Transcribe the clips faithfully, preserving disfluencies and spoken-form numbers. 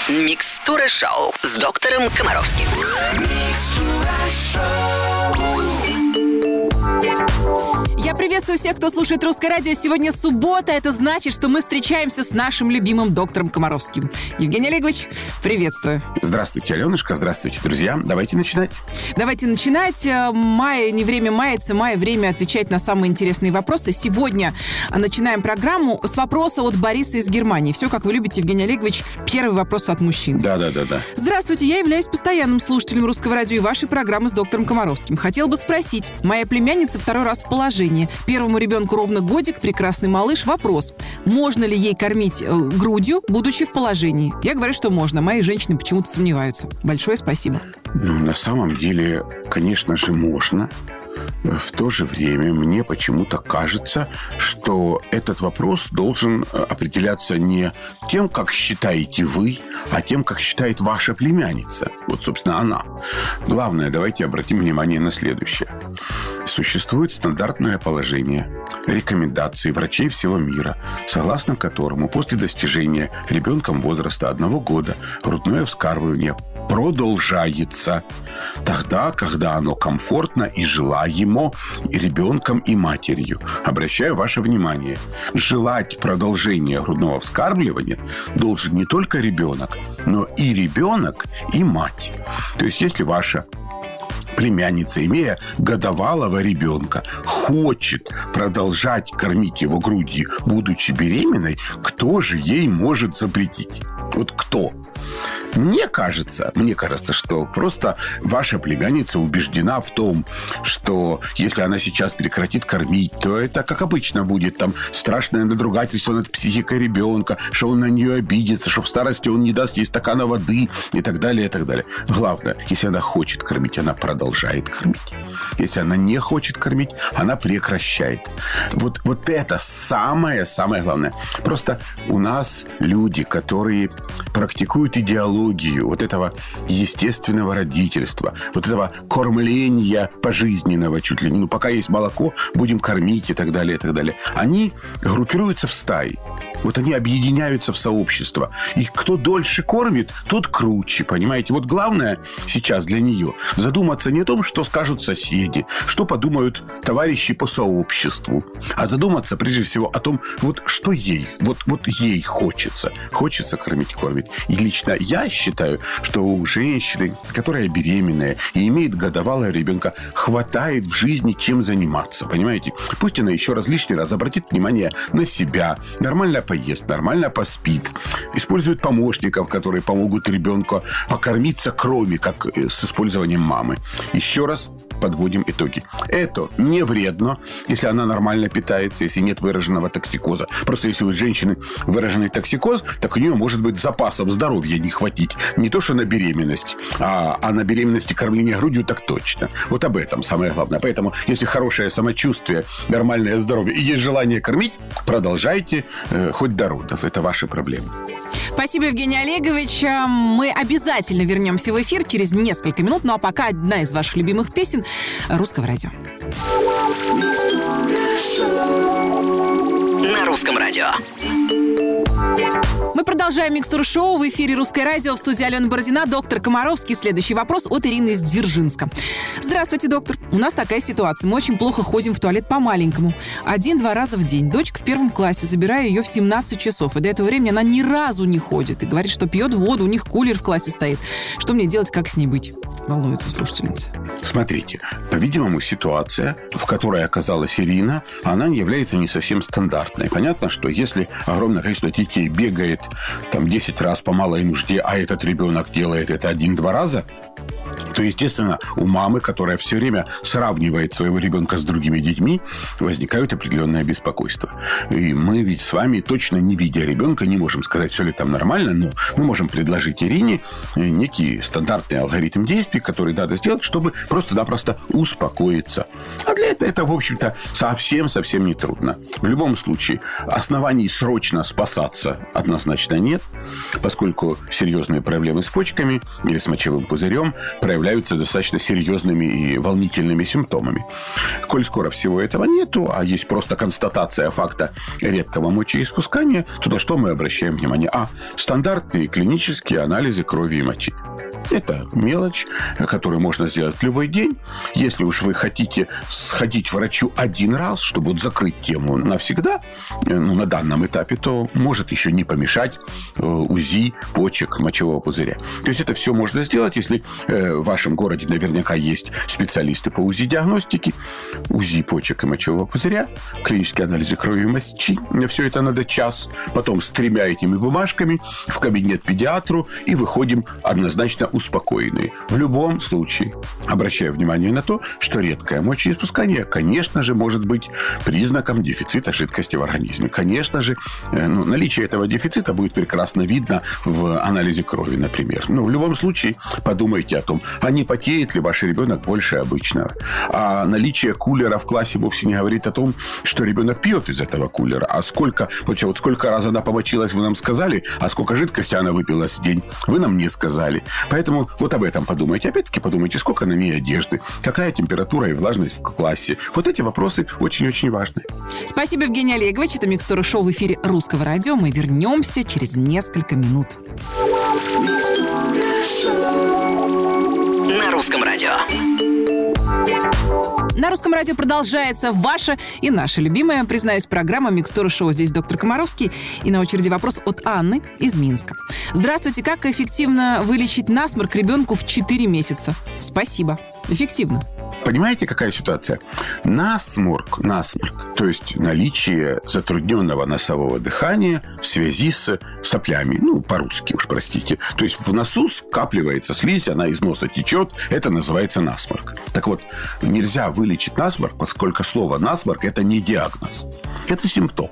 Микстура шоу с доктором Комаровским. Я приветствую всех, кто слушает Русское радио. Сегодня суббота. Это значит, что мы встречаемся с нашим любимым доктором Комаровским. Евгений Олегович, приветствую. Здравствуйте, Аленушка. Здравствуйте, друзья. Давайте начинать. Давайте начинать. Мая, не время маяться, мая время отвечать на самые интересные вопросы. Сегодня начинаем программу с вопроса от Бориса из Германии. Все, как вы любите, Евгений Олегович. Первый вопрос от мужчины. Да, да, да, да. Здравствуйте, я являюсь постоянным слушателем Русского радио и вашей программы с доктором Комаровским. Хотел бы спросить. Моя племянница второй раз в положении. Первому ребенку ровно годик, прекрасный малыш. Вопрос. Можно ли ей кормить э, грудью, будучи в положении? Я говорю, что можно. Мои женщины почему-то сомневаются. Большое спасибо. Ну, на самом деле, конечно же, можно. В то же время мне почему-то кажется, что этот вопрос должен определяться не тем, как считаете вы, а тем, как считает ваша племянница. Вот, собственно, она. Главное, давайте обратим внимание на следующее. Существует стандартное положение, рекомендации врачей всего мира, согласно которому после достижения ребенком возраста одного года грудное вскармливание продолжается тогда, когда оно комфортно и желаемо и ребенком, и матерью. Обращаю ваше внимание, желать продолжения грудного вскармливания должен не только ребенок, но и ребенок, и мать. То есть, если ваша племянница, имея годовалого ребенка, хочет продолжать кормить его грудью, будучи беременной, кто же ей может запретить? Вот кто? Мне кажется, мне кажется, что просто ваша племянница убеждена в том, что если она сейчас прекратит кормить, то это, как обычно, будет там страшное надругательство над психикой ребенка, что он на нее обидится, что в старости он не даст ей стакана воды и так далее, и так далее. Главное, если она хочет кормить, она продолжает кормить. Если она не хочет кормить, она прекращает. Вот, вот это самое-самое главное. Просто у нас люди, которые практикуют идеологию вот этого естественного родительства, вот этого кормления пожизненного чуть ли не. Ну, пока есть молоко, будем кормить и так далее, и так далее. Они группируются в стаи. Вот они объединяются в сообщество. И кто дольше кормит, тот круче, понимаете? Вот главное сейчас для нее задуматься не о том, что скажут соседи, что подумают товарищи по сообществу, а задуматься прежде всего о том, вот что ей, вот, вот ей хочется. Хочется кормить, кормить. И лично я считаю, что у женщины, которая беременная и имеет годовалого ребенка, хватает в жизни чем заниматься, понимаете? Пусть она еще раз лишний раз обратит внимание на себя, нормально поест, нормально поспит, использует помощников, которые помогут ребенку покормиться, кроме как с использованием мамы. Еще раз подводим итоги. Это не вредно, если она нормально питается, если нет выраженного токсикоза. Просто если у женщины выраженный токсикоз, так у нее может быть запасов здоровья не хватить. Не то, что на беременность, а, а на беременности кормление грудью так точно. Вот об этом самое главное. Поэтому, если хорошее самочувствие, нормальное здоровье и есть желание кормить, продолжайте э, хоть до родов. Это ваши проблемы. Спасибо, Евгений Олегович. Мы обязательно вернемся в эфир через несколько минут. Ну а пока одна из ваших любимых песен Русского радио. На Русском радио. Мы продолжаем микстур-шоу. В эфире Русское радио. В студии Алена Бородина, доктор Комаровский. Следующий вопрос от Ирины из Дзержинска. Здравствуйте, доктор. У нас такая ситуация. Мы очень плохо ходим в туалет по-маленькому. Один-два раза в день. Дочка в первом классе. Забираю ее в семнадцать часов. И до этого времени она ни разу не ходит. И говорит, что пьет воду. У них кулер в классе стоит. Что мне делать, как с ней быть? Волнуется слушательница. Смотрите. По-видимому, ситуация, в которой оказалась Ирина, она является не совсем стандартной. Понятно, что если огромное количество детей бегает там десять раз по малой нужде, а этот ребенок делает это один-два раза, то, естественно, у мамы, которая все время сравнивает своего ребенка с другими детьми, возникают определенное беспокойство. И мы ведь с вами, точно не видя ребенка, не можем сказать, все ли там нормально, но мы можем предложить Ирине некий стандартный алгоритм действий, который надо сделать, чтобы просто-напросто успокоиться. А для этого это, в общем-то, совсем-совсем не трудно. В любом случае, оснований срочно спасаться однозначно нет, поскольку серьезные проблемы с почками или с мочевым пузырем проявляются являются достаточно серьезными и волнительными симптомами. Коль скоро всего этого нету, а есть просто констатация факта редкого мочеиспускания, то на что мы обращаем внимание? А, стандартные клинические анализы крови и мочи. Это мелочь, которую можно сделать любой день. Если уж вы хотите сходить к врачу один раз, чтобы вот закрыть тему навсегда, ну, на данном этапе, то может еще не помешать УЗИ почек мочевого пузыря. То есть это все можно сделать, если в вашем городе наверняка есть специалисты по УЗИ-диагностике, УЗИ почек и мочевого пузыря, клинические анализы крови и мочи. Все это надо час. Потом с тремя этими бумажками в кабинет педиатру и выходим однозначно успокоенные. В любом случае, обращаю внимание на то, что редкое мочеиспускание, конечно же, может быть признаком дефицита жидкости в организме. Конечно же, ну, наличие этого дефицита будет прекрасно видно в анализе крови, например. Но в любом случае, подумайте о том, а не потеет ли ваш ребенок больше обычного. А наличие кулера в классе вовсе не говорит о том, что ребенок пьет из этого кулера. А сколько, вот сколько раз она помочилась, вы нам сказали, а сколько жидкости она выпила в день, вы нам не сказали. Поэтому вот об этом подумайте. Опять-таки подумайте, сколько на ней одежды, какая температура и влажность в классе. Вот эти вопросы очень-очень важны. Спасибо, Евгений Олегович. Это «Микстура шоу» в эфире Русского радио. Мы вернемся через несколько минут. На Русском радио. На Русском радио продолжается ваша и наша любимая, признаюсь, программа «Микстура шоу». Здесь доктор Комаровский. И на очереди вопрос от Анны из Минска. Здравствуйте. Как эффективно вылечить насморк ребенку в четыре месяца? Спасибо. Эффективно. Понимаете, какая ситуация? Насморк, насморк, то есть наличие затрудненного носового дыхания в связи с соплями. Ну, по-русски уж, простите. То есть в носу скапливается слизь, она из носа течет. Это называется насморк. Так вот, нельзя вылечить насморк, поскольку слово насморк – это не диагноз. Это симптом.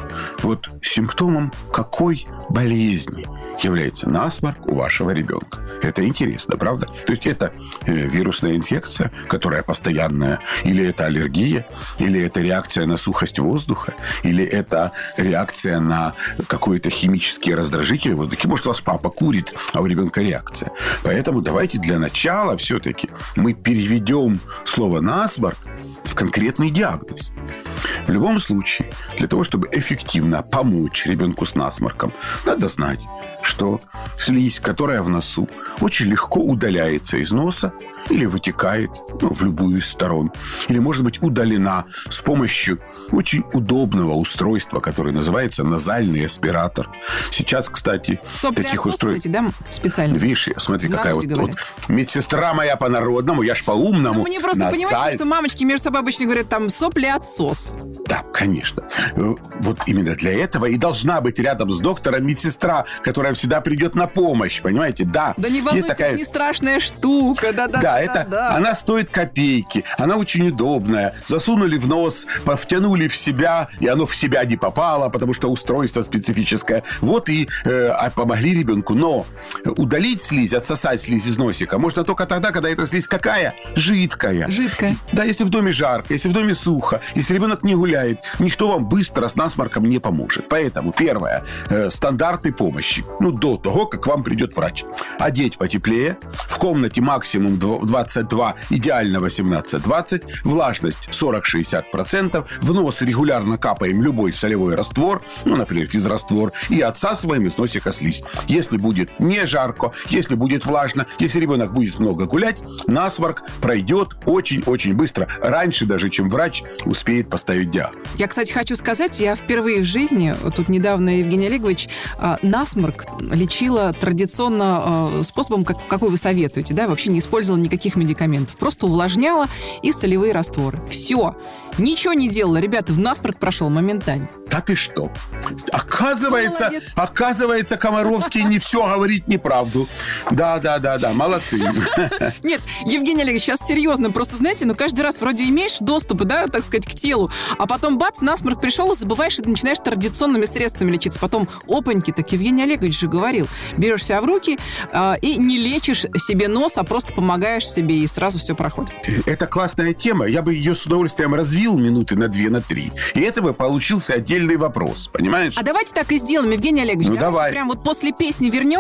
Вот симптомом какой болезни является насморк у вашего ребенка? Это интересно, правда? То есть это э, вирусная инфекция, которая постоянная, или это аллергия, или это реакция на сухость воздуха, или это реакция на какой-то химический раздражитель в воздухе. Может, у вас папа курит, а у ребенка реакция. Поэтому давайте для начала все-таки мы переведем слово насморк в конкретный диагноз. В любом случае, для того, чтобы эффективно помочь ребенку с насморком, надо знать, что слизь, которая в носу, очень легко удаляется из носа или вытекает, ну, в любую из сторон. Или может быть удалена с помощью очень удобного устройства, которое называется назальный аспиратор. Сейчас, кстати, Сопли таких устройств... да, специально? Видишь, смотри, какая вот, вот медсестра моя по-народному, я ж по-умному. Ну, мне просто Назаль... понимаете, что мамочки между собой обычно говорят, там, сопли-отсос. Да, конечно. Вот именно для этого и должна быть рядом с доктором медсестра, которая всегда придет на помощь, понимаете? Да. Да не волнуйтесь, такая... не страшная штука. Да, да, да, да, это да. Она стоит копейки, она очень удобная. Засунули в нос, втянули в себя, и оно в себя не попало, потому что устройство специфическое. Вот и э, помогли ребенку. Но удалить слизь, отсосать слизь из носика можно только тогда, когда эта слизь какая? Жидкая. Жидкая. Да, если в доме жарко, если в доме сухо, если ребенок не гуляет, никто вам быстро с насморком не поможет. Поэтому, первое, э, стандарты помощи. Ну, до того, как к вам придет врач. Одеть потеплее, в комнате максимум двадцать два, идеально восемнадцать-двадцать, влажность сорок-шестьдесят процентов, в нос регулярно капаем любой солевой раствор, ну, например, физраствор, и отсасываем из носика слизь. Если будет не жарко, если будет влажно, если ребенок будет много гулять, насморк пройдет очень-очень быстро, раньше даже, чем врач успеет поставить диагноз. Я, кстати, хочу сказать, я впервые в жизни, тут недавно Евгений Олегович, насморк лечила традиционно способом, как, какой вы советуете, да, вообще не использовала никаких медикаментов, просто увлажняла и солевые растворы. Все. Ничего не делала. Ребята, в насморк прошел моментально. Да ты что? Оказывается, оказывается, Комаровский не все говорит неправду. Да, да, да, да, молодцы. Нет, Евгений Олегович, сейчас серьезно. Просто, знаете, ну каждый раз вроде имеешь доступ, да, так сказать, к телу, а потом бац, насморк пришел, и забываешь, и ты начинаешь традиционными средствами лечиться. Потом, опаньки, так Евгений Олегович же говорил, берешь себя в руки э, и не лечишь себе нос, а просто помогаешь себе, и сразу все проходит. Это классная тема. Я бы ее с удовольствием развил минуты на две, на три. И это бы получился отдельный вопрос. Понимаешь? А давайте так и сделаем, Евгений Олегович. Ну, давай. Прям вот после песни вернемся и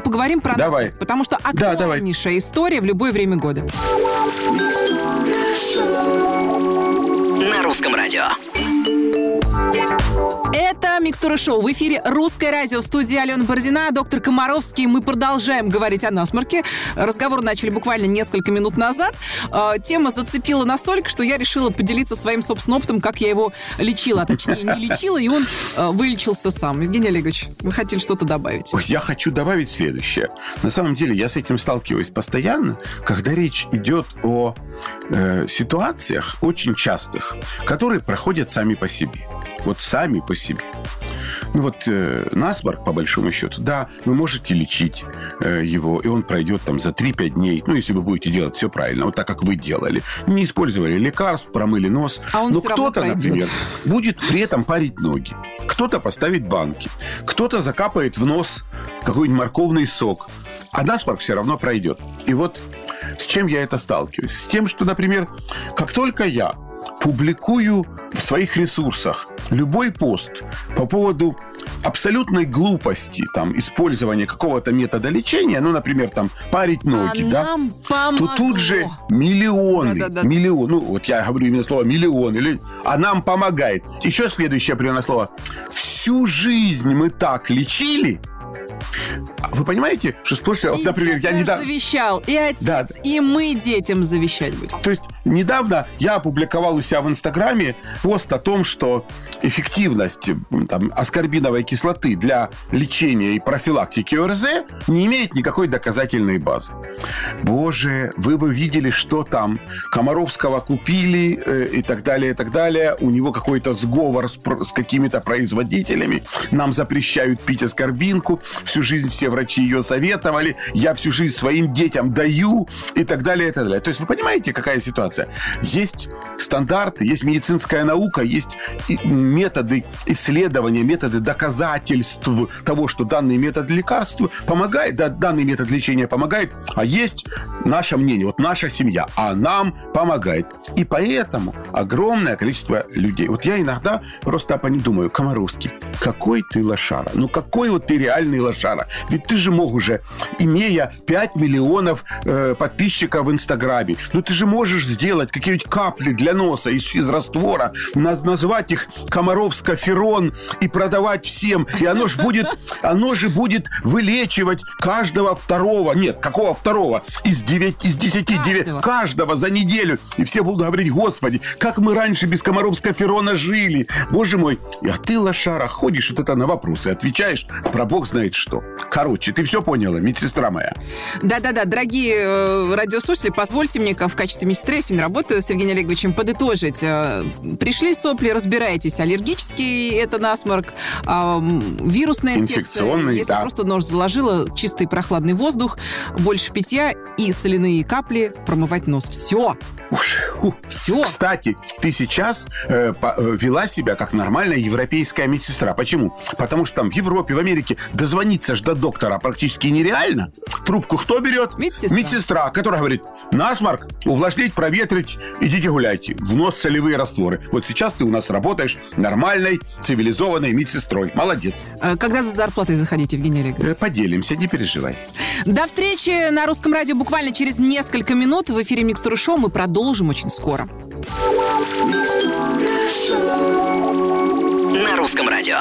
поговорим про Давай. насморк, потому что Да, актуальнейшая давай. история в любое время года. На русском радио. Это «Микстура шоу». В эфире «Русское радио». В студии Алена Бородина, доктор Комаровский. Мы продолжаем говорить о насморке. Разговор начали буквально несколько минут назад. Тема зацепила настолько, что я решила поделиться своим собственным опытом, как я его лечила. А точнее, не лечила, и он вылечился сам. Евгений Олегович, вы хотели что-то добавить? Ой, я хочу добавить следующее. На самом деле, я с этим сталкиваюсь постоянно, когда речь идет о э, ситуациях очень частых, которые проходят сами по себе. Вот сами по себе. Ну вот э, насморк, по большому счету, да, вы можете лечить э, его, и он пройдет там за три-пять дней, ну, если вы будете делать все правильно, вот так, как вы делали. Не использовали лекарств, промыли нос. А он Но все равно кто-то, пройдет. например, будет при этом парить ноги. Кто-то поставит банки. Кто-то закапает в нос какой-нибудь морковный сок. А насморк все равно пройдет. И вот с чем я это сталкиваюсь? С тем, что, например, как только я публикую в своих ресурсах любой пост по поводу абсолютной глупости там, использования какого-то метода лечения, ну, например, там, парить ноги, а да, нам помогло. то тут же миллионы, Да-да-да. миллион, ну, вот я говорю именно слово миллион, или, а нам помогает. Еще следующее определенное слово. Всю жизнь мы так лечили. Вы понимаете, что сплошь, вот, например, я недавно... завещал, и отец, Да. и мы детям завещать будем. То есть недавно я опубликовал у себя в Инстаграме пост о том, что эффективность там, аскорбиновой кислоты для лечения и профилактики ОРЗ не имеет никакой доказательной базы. Боже, вы бы видели, что там. Комаровского купили э, и так далее, и так далее. У него какой-то сговор с, про- с какими-то производителями. Нам запрещают пить аскорбинку. Всю жизнь все врачи ее советовали. Я всю жизнь своим детям даю и так далее, и так далее. То есть вы понимаете, какая ситуация? Есть стандарты, есть медицинская наука, есть и методы исследования, методы доказательств того, что данный метод лекарства помогает, да, данный метод лечения помогает, а есть наше мнение, вот наша семья, а нам помогает. И поэтому огромное количество людей. Вот я иногда просто по ним думаю: Комаровский, какой ты лошара? Ну какой вот ты реальный лошара? Ведь ты же мог уже, имея пять миллионов э, подписчиков в Инстаграме, ну ты же можешь сделать какие-нибудь капли для носа из, из раствора, наз- назвать их Комаровско-ферон и продавать всем. И оно же будет, оно же будет вылечивать каждого второго, нет, какого второго? Из девяти, из десяти, девяти, каждого за неделю. И все будут говорить: Господи, как мы раньше без Комаровско-ферона жили. Боже мой. А ты, лошара, ходишь вот это на вопросы, отвечаешь про бог знает что. Короче, ты все поняла, медсестра моя? Да-да-да, дорогие э, радиослушатели, позвольте мне в качестве медсестры, я сегодня работаю с Евгением Олеговичем, подытожить. Э, пришли сопли, разбирайтесь. Аллергический это насморк, э, вирусная инфекция. Инфекционный, Если да. просто нос заложило, чистый прохладный воздух, больше питья и соляные капли, промывать нос. Все. Уж, фу. Все. Кстати, ты сейчас э, по, э, вела себя как нормальная европейская медсестра. Почему? Потому что там в Европе, в Америке дозвониться ж до доктора практически нереально. Трубку кто берет? Медсестра. Медсестра, которая говорит: насморк, увлажнить, проветрить, идите гуляйте. В нос солевые растворы. Вот сейчас ты у нас работаешь нормальной, цивилизованной медсестрой. Молодец. Э, Когда за зарплатой заходите, Евгений Олегович? Э, поделимся, не переживай. До встречи на Русском радио буквально через несколько минут. В эфире «Микстура шоу». Мы продолжим очень скоро. На русском радио.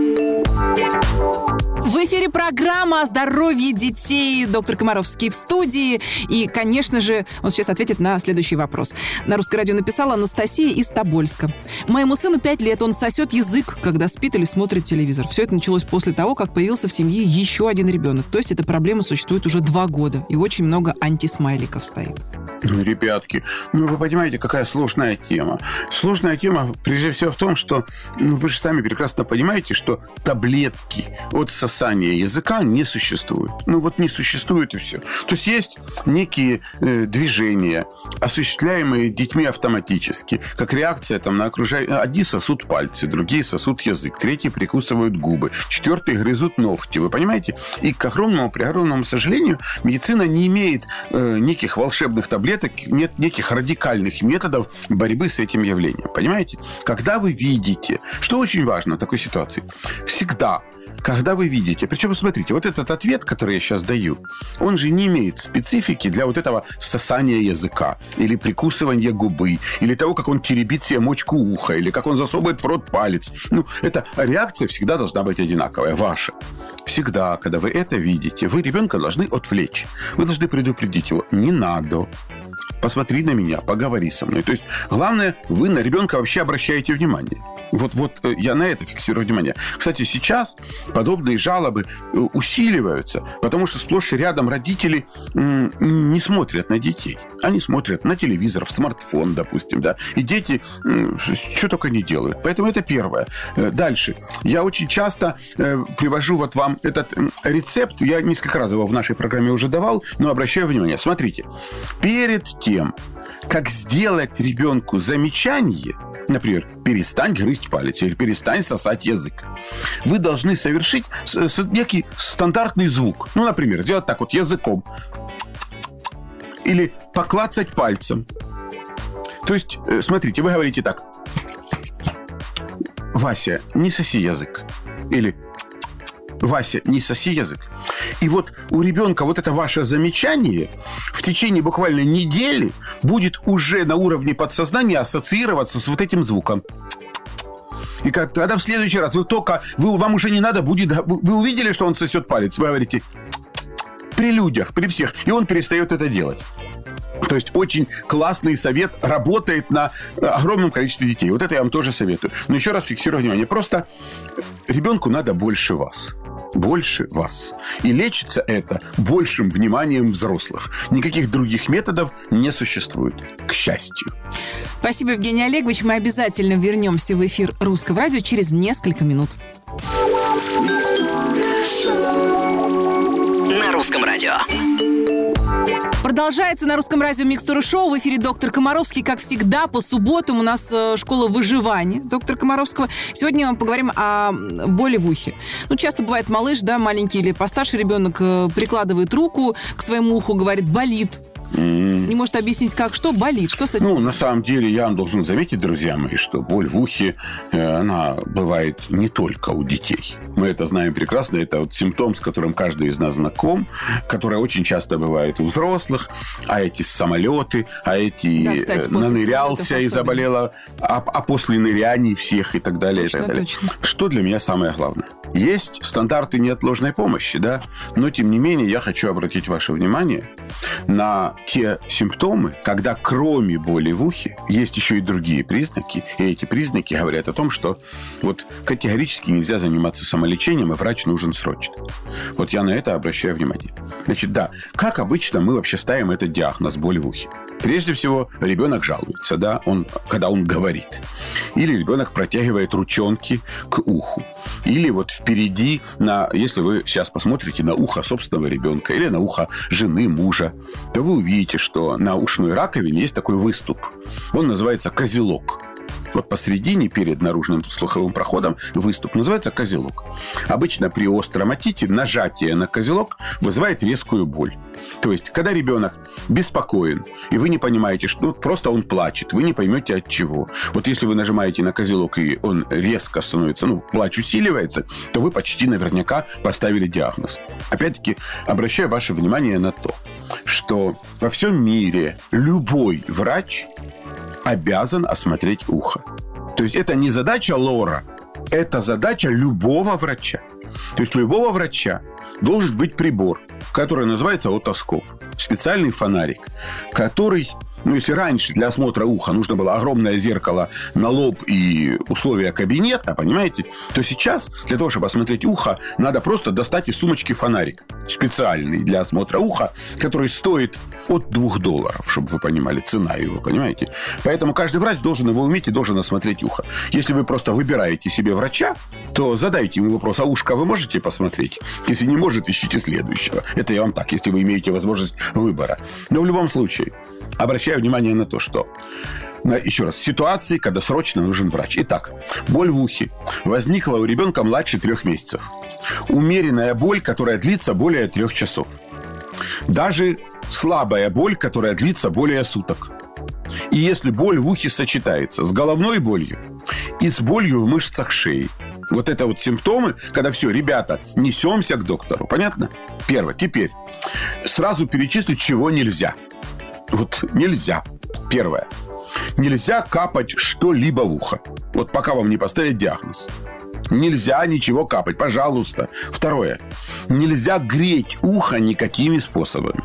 В эфире программа о здоровье детей. Доктор Комаровский в студии. И, конечно же, он сейчас ответит на следующий вопрос. На Русское радио написала Анастасия из Тобольска. Моему сыну пять лет. Он сосет язык, когда спит или смотрит телевизор. Все это началось после того, как появился в семье еще один ребенок. То есть эта проблема существует уже два года. И очень много антисмайликов стоит. Ну, ребятки, ну вы понимаете, какая сложная тема. Сложная тема, прежде всего, в том, что ну, вы же сами прекрасно понимаете, что таблетки от сосания языка не существуют. Ну вот не существует и все. То есть есть некие э, движения, осуществляемые детьми автоматически, как реакция там, на окружающие. Одни сосут пальцы, другие сосут язык, третьи прикусывают губы, четвертые грызут ногти. Вы понимаете? И к огромному, при огромному сожалению, медицина не имеет э, неких волшебных таблеток, нет, нет неких радикальных методов борьбы с этим явлением. Понимаете? Когда вы видите, что очень важно в такой ситуации, всегда, когда вы видите, причем, смотрите, вот этот ответ, который я сейчас даю, он же не имеет специфики для вот этого сосания языка, или прикусывания губы, или того, как он теребит себе мочку уха, или как он засовывает в рот палец. Ну, эта реакция всегда должна быть одинаковая, ваша. Всегда, когда вы это видите, вы ребенка должны отвлечь. Вы должны предупредить его. Не надо. Посмотри на меня, поговори со мной. То есть, главное, вы на ребенка вообще обращаете внимание. Вот, вот я на это фиксирую внимание. Кстати, сейчас подобные жалобы усиливаются, потому что сплошь и рядом родители не смотрят на детей. Они смотрят на телевизор, в смартфон, допустим, да. И дети что только не делают. Поэтому это первое. Дальше. Я очень часто привожу вот вам этот рецепт. Я несколько раз его в нашей программе уже давал, но обращаю внимание. Смотрите. Перед тем, как сделать ребенку замечание, например, перестань грызть палец или перестань сосать язык, вы должны совершить некий стандартный звук. Ну, например, сделать так вот языком. Или поклацать пальцем. То есть, смотрите, вы говорите так. Вася, не соси язык. Или Вася, не соси язык. И вот у ребенка вот это ваше замечание в течение буквально недели будет уже на уровне подсознания ассоциироваться с вот этим звуком. И когда в следующий раз вы только... Вы, вам уже не надо будет... Вы увидели, что он сосет палец, вы говорите при людях, при всех, и он перестает это делать. То есть очень классный совет, работает на огромном количестве детей. Вот это я вам тоже советую. Но еще раз фиксирую внимание. Просто ребенку надо больше вас. Больше вас. И лечится это большим вниманием взрослых. Никаких других методов не существует, к счастью. Спасибо, Евгений Олегович. Мы обязательно вернемся в эфир Русского радио через несколько минут. На Русском радио. Продолжается на Русском радио Микстура Шоу. В эфире доктор Комаровский. Как всегда, по субботам у нас школа выживания доктора Комаровского. Сегодня мы поговорим о боли в ухе. Ну, часто бывает малыш, да, маленький или постарше ребенок прикладывает руку к своему уху, говорит, болит. Mm. Не может объяснить, как, что болит, что с этим? Ну, на самом деле, я вам должен заметить, друзья мои, что боль в ухе, она бывает не только у детей. Мы это знаем прекрасно. Это вот симптом, с которым каждый из нас знаком, который очень часто бывает у взрослых. А эти самолеты, а эти да, кстати, нанырялся и заболела, а, а после ныряний всех и так далее. Точно, и так далее. Точно. Что для меня самое главное? Есть стандарты неотложной помощи, да, но, тем не менее, я хочу обратить ваше внимание на те симптомы, когда кроме боли в ухе есть еще и другие признаки, и эти признаки говорят о том, что вот категорически нельзя заниматься самолечением, и врач нужен срочно. Вот я на это обращаю внимание. Значит, да, как обычно мы вообще ставим этот диагноз боли в ухе? Прежде всего, ребенок жалуется, да, он, когда он говорит. Или ребенок протягивает ручонки к уху. Или вот впереди, на, если вы сейчас посмотрите на ухо собственного ребенка или на ухо жены, мужа, то вы увидите, что на ушной раковине есть такой выступ. Он называется козелок. Вот посередине, перед наружным слуховым проходом, выступ называется козелок. Обычно при остром отите нажатие на козелок вызывает резкую боль. То есть, когда ребенок беспокоен, и вы не понимаете, что ну, просто он плачет, вы не поймете от чего. Вот если вы нажимаете на козелок, и он резко становится, ну, плач усиливается, то вы почти наверняка поставили диагноз. Опять-таки, обращаю ваше внимание на то, что во всем мире любой врач обязан осмотреть ухо. То есть это не задача лора, это задача любого врача. То есть у любого врача должен быть прибор, который называется отоскоп. Специальный фонарик, который, ну, если раньше для осмотра уха нужно было огромное зеркало на лоб и условия кабинета, понимаете, то сейчас для того, чтобы осмотреть ухо, надо просто достать из сумочки фонарик специальный для осмотра уха, который стоит от двух долларов, чтобы вы понимали, цена его, понимаете. Поэтому каждый врач должен его уметь и должен осмотреть ухо. Если вы просто выбираете себе врача, то задайте ему вопрос, а ушко вы можете посмотреть? Если не может, ищите следующего. Это я вам так, если вы имеете возможность выбора. Но в любом случае, обращаю внимание на то, что еще раз, ситуации, когда срочно нужен врач. Итак, боль в ухе возникла у ребенка младше трех месяцев. Умеренная боль, которая длится более трех часов. Даже слабая боль, которая длится более суток. И если боль в ухе сочетается с головной болью и с болью в мышцах шеи, вот это вот симптомы, когда все, ребята, несемся к доктору. Понятно? Первое. Теперь сразу перечислю, чего нельзя. Вот нельзя. Первое. Нельзя капать что-либо в ухо. Вот пока вам не поставят диагноз. Нельзя ничего капать, пожалуйста. Второе. Нельзя греть ухо никакими способами.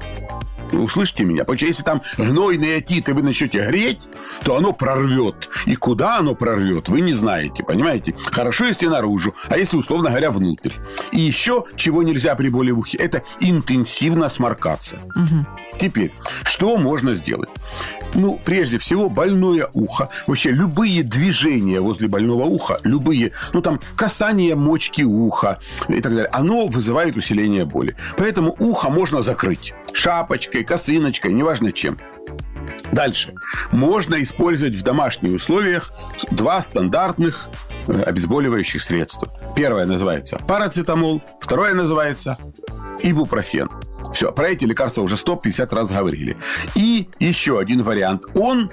Вы услышите меня? Потому что если там гнойный отит, и вы начнете греть, то оно прорвет. И куда оно прорвет, вы не знаете, понимаете? Хорошо, если наружу, а если, условно говоря, внутрь. И еще, чего нельзя при боли в ухе, это интенсивно сморкаться. Угу. Теперь, что можно сделать? Ну, прежде всего, больное ухо. Вообще, любые движения возле больного уха, любые, ну, там, касание мочки уха и так далее, оно вызывает усиление боли. Поэтому ухо можно закрыть шапочкой, косыночкой, неважно чем. Дальше. Можно использовать в домашних условиях два стандартных обезболивающих средства. Первое называется парацетамол, второе называется ибупрофен. Все, про эти лекарства уже сто пятьдесят раз говорили. И еще один вариант. Он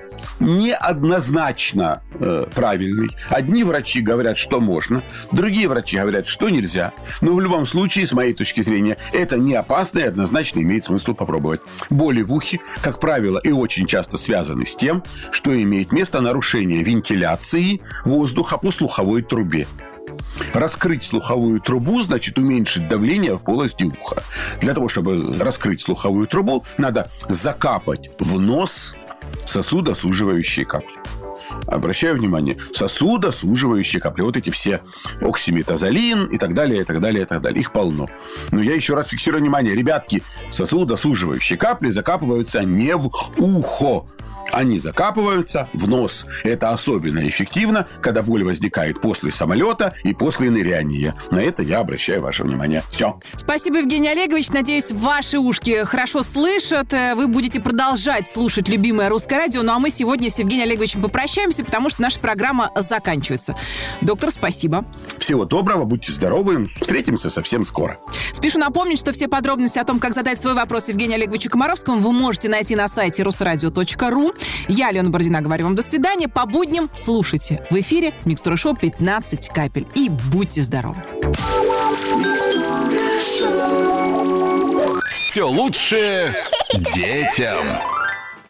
неоднозначно э, правильный. Одни врачи говорят, что можно, другие врачи говорят, что нельзя. Но в любом случае, с моей точки зрения, это не опасно и однозначно имеет смысл попробовать. Боли в ухе, как правило, и очень часто связаны с тем, что имеет место нарушение вентиляции воздуха по слуховой трубе. Раскрыть слуховую трубу значит уменьшить давление в полости уха. Для того, чтобы раскрыть слуховую трубу, надо закапать в нос сосудосуживающие капли. Обращаю внимание, сосудосуживающие капли. Вот эти все оксиметазолин и так далее, и так далее, и так далее. Их полно. Но я еще раз фиксирую внимание. Ребятки, сосудосуживающие капли закапываются не в ухо. Они закапываются в нос. Это особенно эффективно, когда боль возникает после самолета и после ныряния. На это я обращаю ваше внимание. Все. Спасибо, Евгений Олегович. Надеюсь, ваши ушки хорошо слышат. Вы будете продолжать слушать любимое русское радио. Ну а мы сегодня с Евгением Олеговичем попрощаемся, потому что наша программа заканчивается. Доктор, спасибо. Всего доброго, будьте здоровы. Встретимся совсем скоро. Спешу напомнить, что все подробности о том, как задать свой вопрос Евгению Олеговичу Комаровскому, вы можете найти на сайте русрадио точка ру. Я, Алена Бородина, говорю вам до свидания. По будням слушайте. В эфире Микстура Шоу пятнадцать капель. И будьте здоровы. Все лучшее детям.